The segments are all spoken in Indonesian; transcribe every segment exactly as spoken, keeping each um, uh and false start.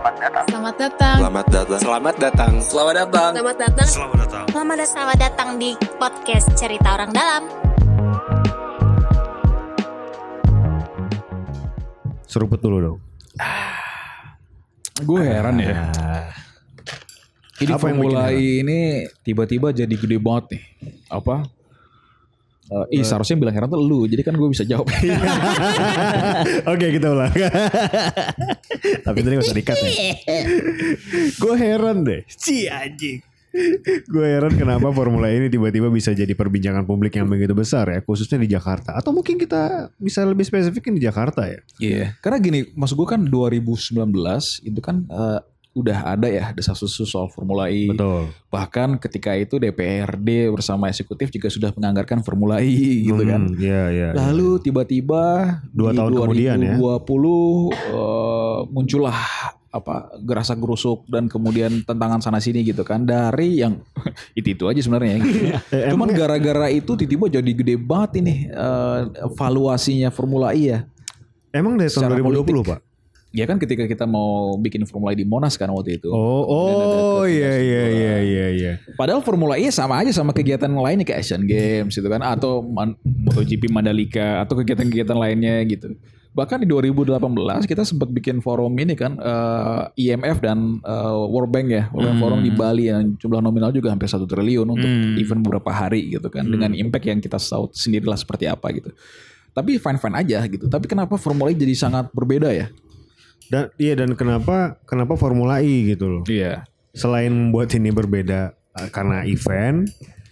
Selamat datang. Selamat datang. Selamat datang. Selamat datang. Selamat datang. Selamat datang. Selamat datang. Selamat datang. Selamat datang di podcast Cerita Orang Dalam. Seruput dulu dong. Gue heran ya. Ini Apa yang bikin Formula heran? E ini tiba-tiba jadi gede banget nih. Apa? Uh, ih seharusnya bilang heran tuh lu. Jadi kan gue bisa jawab. Oke kita ulang. Tapi tadi gak usah dikat ya. Gue heran deh. Si anjing. Gue heran kenapa Formula E ini tiba-tiba bisa jadi perbincangan publik yang begitu besar ya. Khususnya di Jakarta. Atau mungkin kita bisa lebih spesifikin di Jakarta ya. Iya. Yeah. Karena gini, maksud gue kan dua ribu sembilan belas itu kan uh, udah ada ya desas-desus soal Formula E. Betul. Bahkan ketika itu D P R D bersama eksekutif juga sudah menganggarkan Formula E gitu kan. Hmm, iya, iya. Lalu tiba-tiba Dua di tahun kemudian ya. dua ribu dua puluh uh, muncullah apa gerasa gerusuk dan kemudian tentangan sana sini gitu kan dari yang itu itu aja sebenarnya. Gitu. Eh, Cuman emang- gara-gara itu tiba-tiba jadi gede banget ini uh, valuasinya Formula E ya. Emang dari tahun Secara dua ribu dua puluh politik. Pak? Ya kan ketika kita mau bikin Formula E di Monas kan waktu itu. Oh, oh iya iya iya iya iya. Padahal Formula E sama aja sama kegiatan lainnya kayak Asian Games gitu kan. Atau Man- MotoGP Mandalika. Atau kegiatan-kegiatan lainnya gitu. Bahkan di dua ribu delapan belas kita sempat bikin forum ini kan. Uh, I M F dan uh, World Bank ya. World Bank Hmm. Forum di Bali yang jumlah nominal juga hampir satu triliun untuk Hmm. event beberapa hari gitu kan. Dengan impact yang kita tahu sendirilah seperti apa gitu. Tapi fine-fine aja gitu. Tapi kenapa Formula E jadi sangat berbeda ya? Dan iya dan kenapa kenapa Formula E gitu loh. Iya. Selain membuat ini berbeda uh, karena event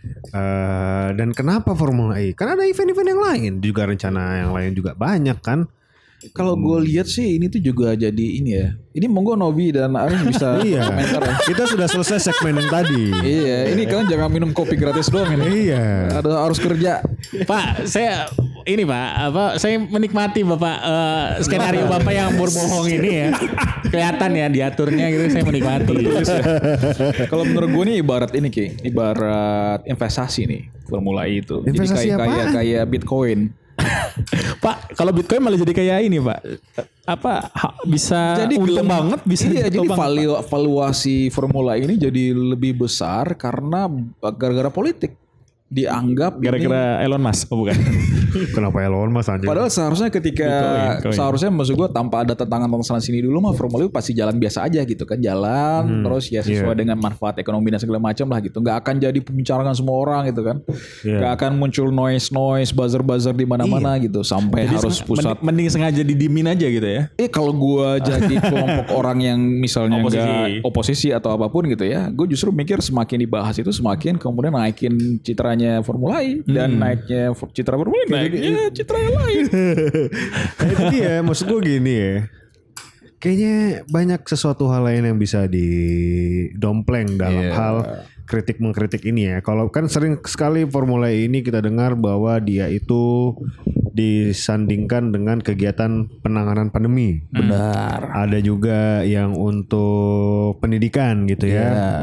uh, dan kenapa Formula E? Karena ada event-event yang lain juga, rencana yang lain juga banyak kan. Kalau gue lihat sih ini tuh juga jadi ini ya. Ini monggo Novi dan Arif bisa Iya. komentar ya. Kita sudah selesai segmen yang tadi. Iya, ini kalian jangan minum kopi gratis doang ini. Iya. Ada harus kerja. Pak, saya ini Pak, apa saya menikmati Bapak eh, skenario Bapak yang berbohong ini ya. Kelihatan ya diaturnya gitu, saya menikmati. Kalau menurut gue nih ibarat ini Ki, ibarat investasi nih Formula E itu. Investasi jadi kayak kayak apaan? kayak Bitcoin. Pak, kalau Bitcoin malah jadi kayak ini Pak. Apa ha- bisa Jadi untung gelem- banget bisa iya, jatuh jadi banget, valu- valuasi Formula E ini jadi lebih besar karena gara-gara politik. Dianggap Pak. Gara-gara Elon Musk, oh bukan. Kenapa Elon Mas anjir? Padahal seharusnya ketika Bitcoin, Bitcoin. seharusnya maksud gue tanpa ada tentangan sana sini dulu mah Formula E pasti jalan biasa aja gitu kan, jalan terus ya sesuai iya. dengan manfaat ekonomi dan segala macam lah gitu, nggak akan jadi pembicaraan semua orang gitu kan, Iya. nggak akan muncul noise noise buzzer buzzer di mana-mana gitu sampai Jadi harus seng- pusat. mending, mending sengaja didimin aja gitu ya. Eh kalau gue jadi kelompok orang yang misalnya Oposisi. nggak oposisi atau apapun gitu ya, gue justru mikir semakin dibahas itu semakin kemudian naikin citranya Formula E dan naiknya citra Formula E naiknya citra yang lain. Nah, itu dia, maksud gue gini ya. Kayaknya banyak sesuatu hal lain yang bisa didompleng dalam Iya. hal kritik mengkritik ini ya. Kalau kan sering sekali Formula E ini kita dengar bahwa dia itu disandingkan dengan kegiatan penanganan pandemi. Benar. Ada juga yang untuk pendidikan gitu ya.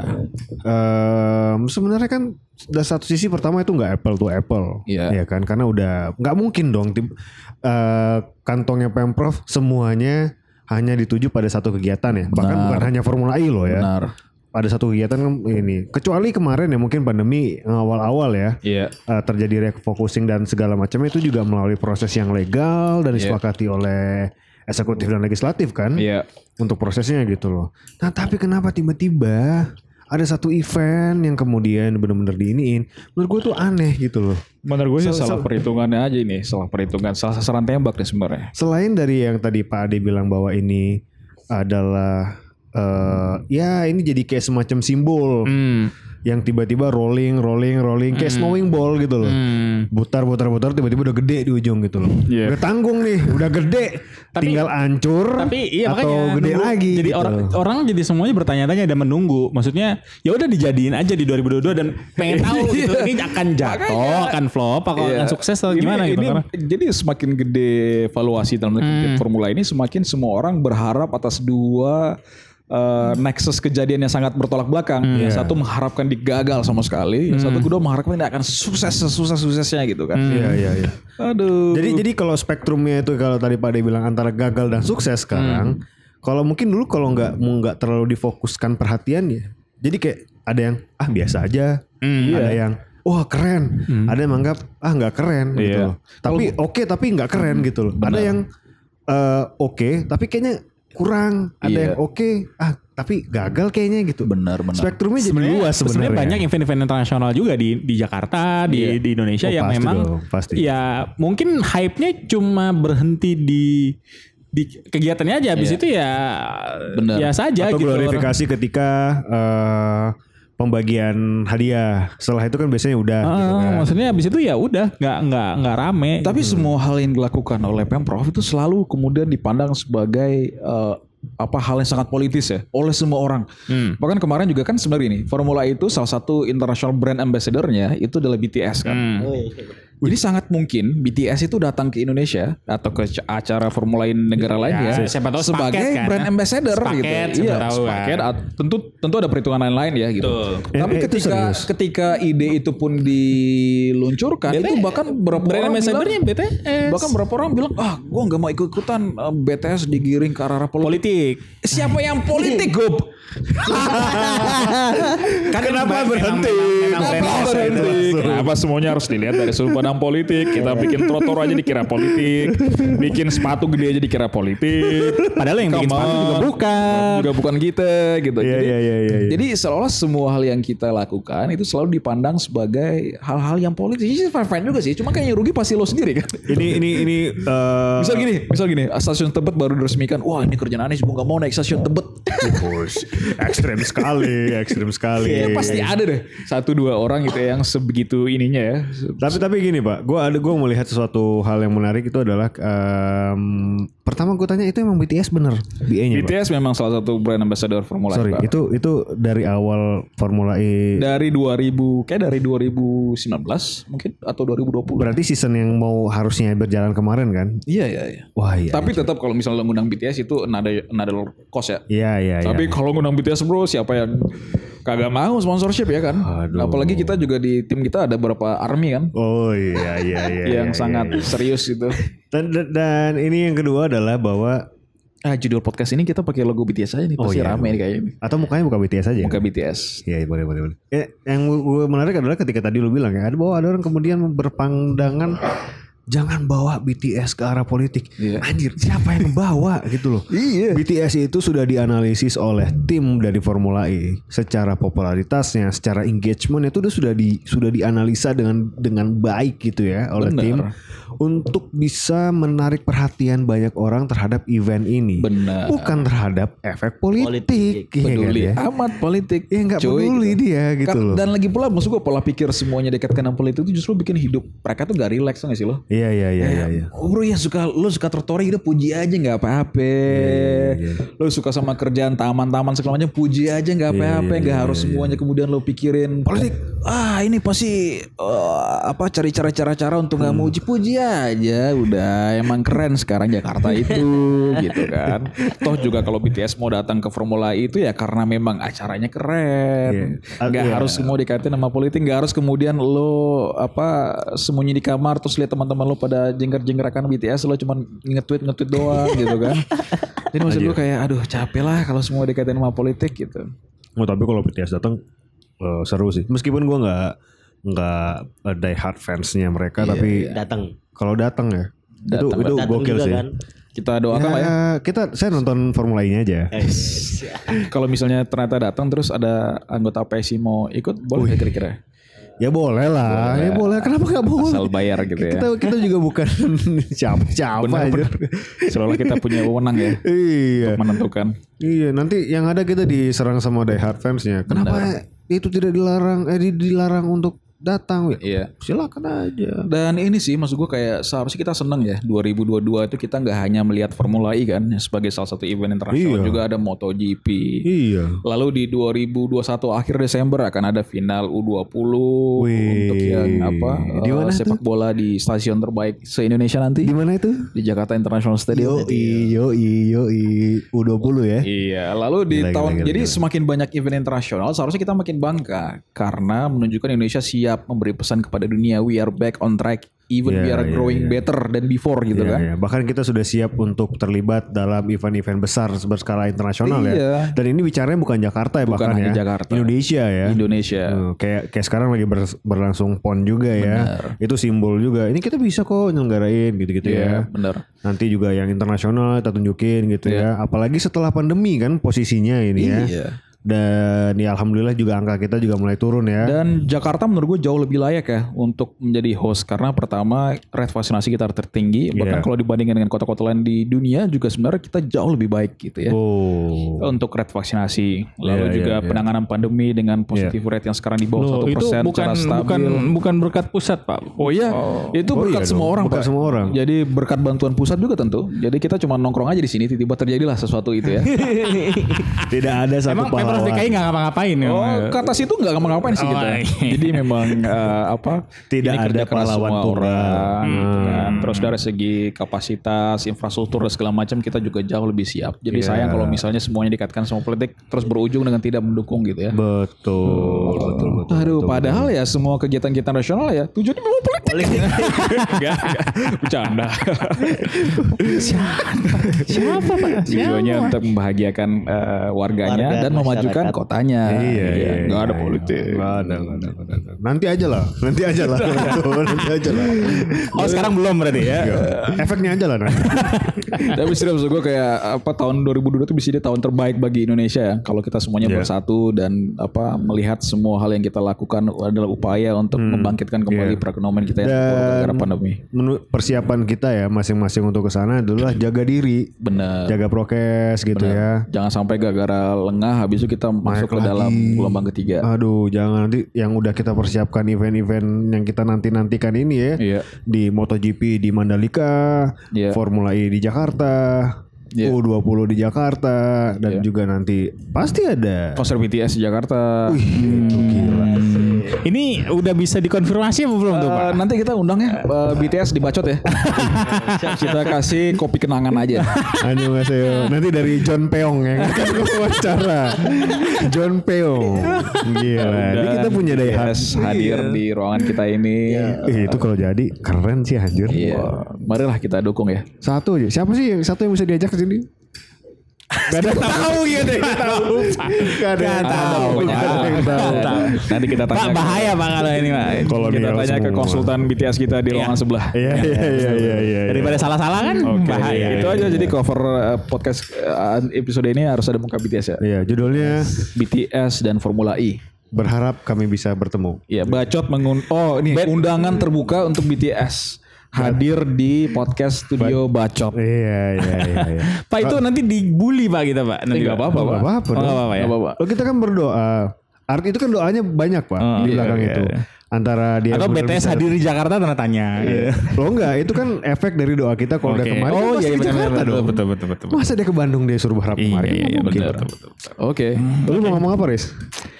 Em, sebenarnya kan dari satu sisi pertama itu nggak apple to apple, Iya. ya kan? Karena udah nggak mungkin dong tim, eh, kantongnya Pemprov semuanya hanya dituju pada satu kegiatan ya. Bahkan Benar. bukan hanya Formula E loh ya. Benar. Pada satu kegiatan kan ini. Kecuali kemarin ya mungkin pandemi awal-awal ya. Iya. eh, terjadi refocusing dan segala macamnya itu juga melalui proses yang legal dan Iya. disepakati oleh eksekutif dan legislatif kan Iya. untuk prosesnya gitu loh. Nah tapi kenapa tiba-tiba ada satu event yang kemudian benar-benar diiniin? Menurut gue tuh aneh gitu loh. Menurut gue sih So- salah so- perhitungannya aja ini, salah perhitungan, salah sasaran tembak nih sebenarnya. Selain dari yang tadi Pak Ade bilang bahwa ini adalah eh, ya ini jadi kayak semacam simbol yang tiba-tiba rolling, rolling, rolling kayak snowing ball gitu loh. Butar, butar, butar, tiba-tiba udah gede di ujung gitu loh. Iya. Udah tanggung nih, udah gede, Tapi- tinggal hancur Tapi iya atau makanya gede nunggu. lagi. Jadi gitu. orang orang jadi semuanya bertanya-tanya dan menunggu. Maksudnya ya udah dijadiin aja di dua ribu dua puluh dua dan pengen tahu gitu ini akan jatuh, akan flop, atau Iya. akan sukses atau gimana ini, gitu ini, karena Jadi semakin gede valuasi dalam Hmm. Formula ini, semakin semua orang berharap atas dua uh, nexus kejadian yang sangat bertolak belakang. Yang Iya. satu mengharapkan digagal sama sekali, yang satu kedua mengharapkan ini akan sukses sesusah-suksesnya gitu kan. Iya, iya, iya. Aduh. Jadi jadi kalau spektrumnya itu kalau tadi Pak Ade bilang antara gagal dan sukses sekarang, Kalau mungkin dulu kalau nggak mau nggak terlalu difokuskan perhatian ya. Jadi kayak ada yang ah biasa aja, Hmm, ada iya. yang wah keren, Hmm. ada yang menganggap ah nggak keren gitu. Iya. loh. Tapi oke tapi nggak keren gitu loh. Ada benar. yang eh, oke tapi kayaknya kurang, ada Iya. yang oke ah tapi gagal kayaknya gitu. Benar, benar. Spektrumnya jadi Sebenarnya luas sebenarnya. sebenarnya banyak event-event internasional juga di di Jakarta, di Iya. di Indonesia Oh, yang pasti memang dong, pasti. ya mungkin hype-nya cuma berhenti di di kegiatannya aja, habis Iya. itu ya Benar. ya saja Atau gitu. glorifikasi ketika eh, pembagian hadiah. Setelah itu kan biasanya udah Ah, gitu kan. maksudnya habis itu ya udah nggak nggak nggak rame. Tapi gitu. semua hal yang dilakukan oleh Pemprov itu selalu kemudian dipandang sebagai eh, apa hal yang sangat politis ya oleh semua orang. Hmm. Bahkan kemarin juga kan sebenarnya ini Formula E itu salah satu international brand ambassador-nya itu adalah B T S kan. Hmm. Jadi sangat mungkin B T S itu datang ke Indonesia atau ke c- acara Formula E negara lainnya Ya, siapa tahu sebagai sepaket kan, brand ya? ambassador Sepaket, gitu. siapa Iya, tahu kan. sepaket. At- Tentu tentu ada perhitungan lain-lain ya gitu. Betul. Tapi Eh, eh, itu ketika serius. ketika ide itu pun diluncurkan B T S, itu bahkan berapa brand orang ambassador-nya bilang, B T S. bahkan berapa orang bilang ah gue nggak mau ikut-ikutan eh, B T S digiring ke arah politik. politik. Siapa yang politik Gob? Kan Kenapa memang- berhenti? memang- memang Kenapa brand ambassador. berhenti? Kenapa semuanya harus dilihat dari sudut pandang politik? Kita bikin trotoar aja dikira politik, bikin sepatu gede aja dikira politik. Padahal yang bikin Come sepatu on. juga bukan. Juga bukan kita gitu. Iya, jadi, iya, iya, iya, iya. jadi seolah semua hal yang kita lakukan itu selalu dipandang sebagai hal-hal yang politis. Jadi fine-fine juga sih. Cuma kayak yang rugi pasti lo sendiri kan. Ini ini ini eh, Misal gini, misal gini, stasiun Tebet baru diresmikan. Wah ini kerjaan Anies, gue gak mau naik stasiun Tebet. Bos, ekstrem sekali, ekstrem sekali. Ya, pasti ada deh satu dua orang gitu yang sebegitu ininya ya. Tapi tapi gini Pak, gue ada gue melihat sesuatu hal yang menarik itu adalah em, pertama gue tanya itu emang B T S bener B A-nya B T Pak? S memang salah satu brand ambassador Formula E. Sorry, Pak. itu itu dari awal Formula E. Dari dua ribu kayak dari dua ribu sembilan belas mungkin atau dua ribu dua puluh. Berarti season yang mau harusnya berjalan kemarin kan? Iya iya iya. Wah iya. Tapi tetap kalau misalnya lo ngundang B T S itu another another cost ya. Iya iya iya. Tapi kalau ngundang B T S bro, siapa yang kagak mau sponsorship ya kan? Aduh. Apalagi kita juga di tim kita ada beberapa army kan Oh iya iya iya. yang iya, sangat iya. serius gitu. Dan, dan, dan ini yang kedua adalah bahwa Ah judul podcast ini kita pakai logo B T S aja nih, Oh, pasti iya. rame nih kayaknya. atau mukanya bukan B T S aja. Muka B T S. Iya iya, boleh boleh boleh. Eh, yang gue menarik adalah ketika tadi lu bilang ya, ada bahwa ada orang kemudian berpandangan jangan bawa B T S ke arah politik. Iya. Anjir, siapa yang bawa gitu loh. Iya. B T S itu sudah dianalisis oleh tim dari Formula E secara popularitasnya, secara engagement itu sudah di sudah dianalisa dengan dengan baik gitu ya oleh Benar. tim untuk bisa menarik perhatian banyak orang terhadap event ini. Benar. Bukan terhadap efek politik. Iya kan Peduli ya? amat politik. Ya nggak Cuy, peduli gitu. dia gitu Kan- loh. Dan lagi pula maksud gue pola pikir semuanya dikaitkan dengan politik itu justru bikin hidup mereka tuh gak relax tuh gak sih lo? Iya iya iya iya. iya. Oh bro ya suka lo suka trotoar udah puji aja nggak apa-apa. iya, iya. Lo suka sama kerjaan taman-taman segala macam puji aja nggak apa-apa. Iya, iya, Nggak iya, harus iya. semuanya kemudian lo pikirin politik. Ah ini pasti eh, apa cari cara-cara-cara untuk nggak Hmm. muji puji aja. Udah emang keren sekarang Jakarta itu gitu kan. Toh juga kalau B T S mau datang ke Formula E itu ya karena memang acaranya keren. Iya. Nggak Iya. harus semua dikaitin sama politik. Nggak harus kemudian lo apa sembunyi di kamar terus lihat teman-teman lo pada jengker-jengkerakan B T S lo cuma nge-tweet nge-tweet doang gitu kan. Jadi maksud gue kayak aduh capek lah kalau semua dikaitin sama politik gitu. Oh, tapi kalau B T S datang eh, seru sih. Meskipun gue nggak nggak eh, die hard fansnya mereka, Iya, tapi datang. kalau datang ya itu Datang, itu Datang gokil juga sih. kan. Kita doakan lah ya. Ya, kita saya nonton Formula E-nya aja. Eh, Kalau misalnya ternyata datang terus ada anggota P S I mau ikut boleh nggak kira-kira? Ya boleh lah, Boleh. ya boleh. Kenapa nggak boleh? Asal bayar gitu ya. Kita kita juga bukan siapa-siapa aja. Benar-benar. Seolah kita punya wewenang ya Iya, untuk menentukan. iya. Nanti yang ada kita diserang sama die hard fansnya. Kenapa itu tidak dilarang? Eh di- dilarang untuk datang? Ya, Iya. silakan aja. Dan ini sih maksud gue kayak seharusnya kita seneng ya dua ribu dua puluh dua itu kita nggak hanya melihat Formula E kan sebagai salah satu event internasional, Iya. juga ada MotoGP. Iya. Lalu di dua ribu dua puluh satu akhir Desember akan ada final U dua puluh Wih. untuk yang apa Di eh, mana sepak bola di stasiun terbaik se-Indonesia nanti Di mana itu? di Jakarta International Stadium. Yoi, yoi, yoi. U dua puluh ya. Iya, lalu di Gila, tahun gila, gila, jadi gila. semakin banyak event internasional, seharusnya kita makin bangga karena menunjukkan Indonesia siap memberi pesan kepada dunia we are back on track. even Iya, we are iya, growing iya. better than before gitu Iya, kan. iya. Bahkan kita sudah siap untuk terlibat dalam event-event besar berskala internasional Iya. ya. Dan ini bicaranya bukan Jakarta ya, Bukan bahkan hanya ya. Jakarta. Indonesia ya. Indonesia. Hmm, kayak kayak sekarang lagi ber- berlangsung P O N juga ya. Itu simbol juga. Ini kita bisa kok nyelenggarain gitu-gitu Iya, ya. benar. Nanti juga yang internasional kita tunjukin gitu ya. Apalagi setelah pandemi kan posisinya ini ya. Iya. Dan ya alhamdulillah juga angka kita juga mulai turun ya. Dan Jakarta menurut gue jauh lebih layak ya untuk menjadi host karena pertama rate vaksinasi kita tertinggi, bahkan Iya. kalau dibandingkan dengan kota-kota lain di dunia juga sebenarnya kita jauh lebih baik gitu ya. Oh. Untuk rate vaksinasi, lalu Iya, juga iya, iya. penanganan pandemi dengan positif rate yang sekarang di bawah Loh, satu itu persen bukan secara stabil. bukan bukan berkat pusat, Pak. Oh iya, itu Oh berkat iya semua dong, orang berkat Pak. semua orang. Jadi berkat bantuan pusat juga tentu. Jadi kita cuma nongkrong aja di sini, tiba-tiba terjadilah sesuatu itu ya. Tidak ada satu Emang Pemprov pahlawan. D K I nggak ngapa-ngapain ya? Oh, ke atas itu nggak ngapa-ngapain sih Oh, kita. iya. Jadi memang eh, apa? Tidak ini ada kerja keras pahlawan semua tunggal. orang, gitu Hmm. kan. Terus dari segi kapasitas, infrastruktur dan segala macam kita juga jauh lebih siap. Jadi Iya. sayang kalau misalnya semuanya dikaitkan sama politik terus berujung dengan tidak mendukung gitu ya. Betul, betul, betul. Aduh, betul, padahal ya semua kegiatan-kegiatan nasional ya tujuannya memang politik. Enggak, enggak. Bercanda. Siapa, Pak? Tujuannya untuk membahagiakan eh, warganya Warga, dan memajukan masyarakat. kotanya. Iya, iya, Nggak ada iya, politik. Nggak ada, nggak ada, nggak ada. Nanti aja lah, nanti aja lah, nanti aja lah. Oh, sekarang belum berarti ya? Iya. Efeknya aja lah nanti. Tapi serius gue kayak apa tahun dua ribu dua puluh itu bisa jadi tahun terbaik bagi Indonesia ya. Kalau kita semuanya Iya. bersatu dan apa melihat semua hal yang kita lakukan adalah upaya untuk membangkitkan kembali Iya. perekonomian kita yang Dan- turun gara-gara pandemi. Menurut persiapan kita ya masing-masing untuk ke sana adalah jaga diri, Benar. jaga prokes gitu ya. Jangan sampai gara-gara lengah habis itu kita masuk ke lagi. dalam gelombang ketiga. Aduh, jangan nanti yang udah kita persiapkan event-event yang kita nanti-nantikan ini ya. Iya. Di MotoGP di Mandalika, Iya. Formula E di Jakarta, Iya. U dua puluh di Jakarta, dan Iya. juga nanti pasti ada. Konser B T S di Jakarta. Itu gila. Ini udah bisa dikonfirmasi apa belum tuh, Pak? Eh, nanti kita undang ya eh, B T S dibacot ya. Kita kasih kopi kenangan aja. Annyeonghaseyo. Nanti dari John Peong yang akan wawancara. John Peong. Gila. Ini kita punya B T daya S hadir di ruangan kita ini. Eh, itu kalau jadi keren sih anjir. Iya. Marilah kita dukung ya. Satu aja. Siapa sih yang satu yang bisa diajak ke sini? Gak ada yang tahu gitu. Gak tahu. Gak ada yang tahu. pokoknya. Gak ada yang tahu. Nanti kita tanya. Pak, ke- bahaya Pak kalau ini, Pak. Kalau kita Mio tanya ke semua. konsultan B T S kita di ruangan sebelah. Iya iya iya iya iya. Daripada salah-salah kan Oke, bahaya. itu aja jadi cover uh, podcast uh, episode ini harus ada muka B T S ya. Iya, judulnya B T S dan Formula E. berharap kami bisa bertemu. Iya, bacot mengun Oh, ini undangan terbuka untuk B T S hadir di podcast studio Bacot. Iya iya iya. iya. Pak itu nanti dibully Pak kita Pak. Nanti Nggak apa-apa, Gak Pak. apa-apa Oh, dong. nggak apa-apa ya. Nggak apa-apa. Loh, kita kan berdoa. Arti itu kan doanya banyak Pak Oh, di iya, belakang iya, itu. iya. Antara dia Atau B T S berbicara- hadir di Jakarta tanda tanya. Iya. Loh enggak, itu kan efek dari doa kita kalau udah Oke. kemarin. Oh kan iya pasti iya ke benar Jakarta betul, dong. betul betul betul. Masa dia ke Bandung dia suruh berharap Iya kemarin? iya iya Mungkin. betul betul betul. Oke. Lu mau ngomong apa, Riz?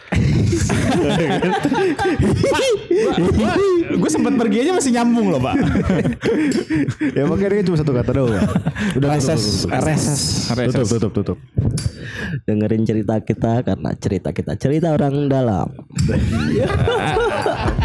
Gue sempat pergi aja masih nyambung loh Pak. Ya makanya dia cuma satu kata doang. Udah Reses, tutup, tutup, reses, tutup, tutup, tutup, tutup. Dengerin cerita kita karena cerita kita cerita orang dalam.